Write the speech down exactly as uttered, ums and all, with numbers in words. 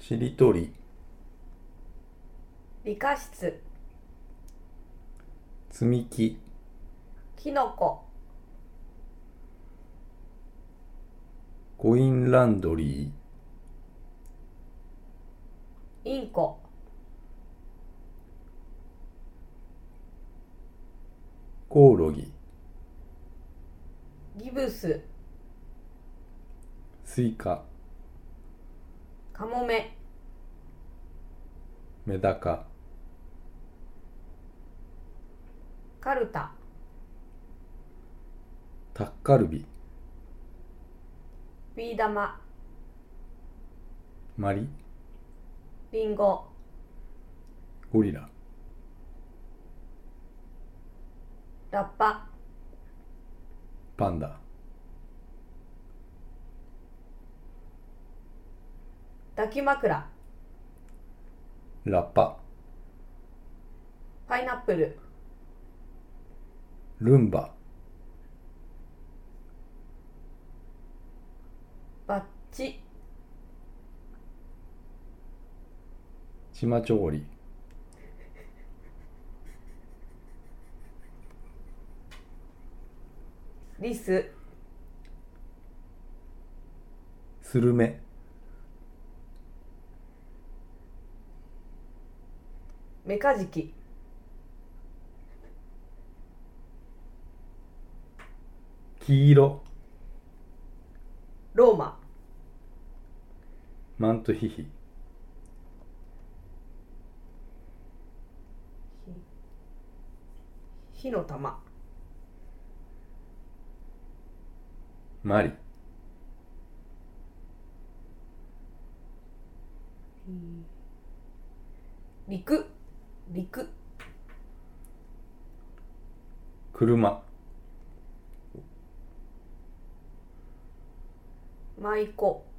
しりとり、 理科室、 積み木、 きのこ、 コインランドリー、 インコ、 コオロギ、 ギブス、 スイカ、 カモメ、 メダカ、 カルタ、 タッカルビ、 ビー玉、 マリ、 リンゴ、 ゴリラ、 ラッパ、 パンダ、 抱き枕、 ラッパ、 パイナップル、 ルンバ、 バッチ、 チマチョゴリ、 リス、 スルメ、 メカジキ、 黄色、 ローマ、 マントヒヒ、 火の玉、 マリ、 陸、陸、 車、 舞妓、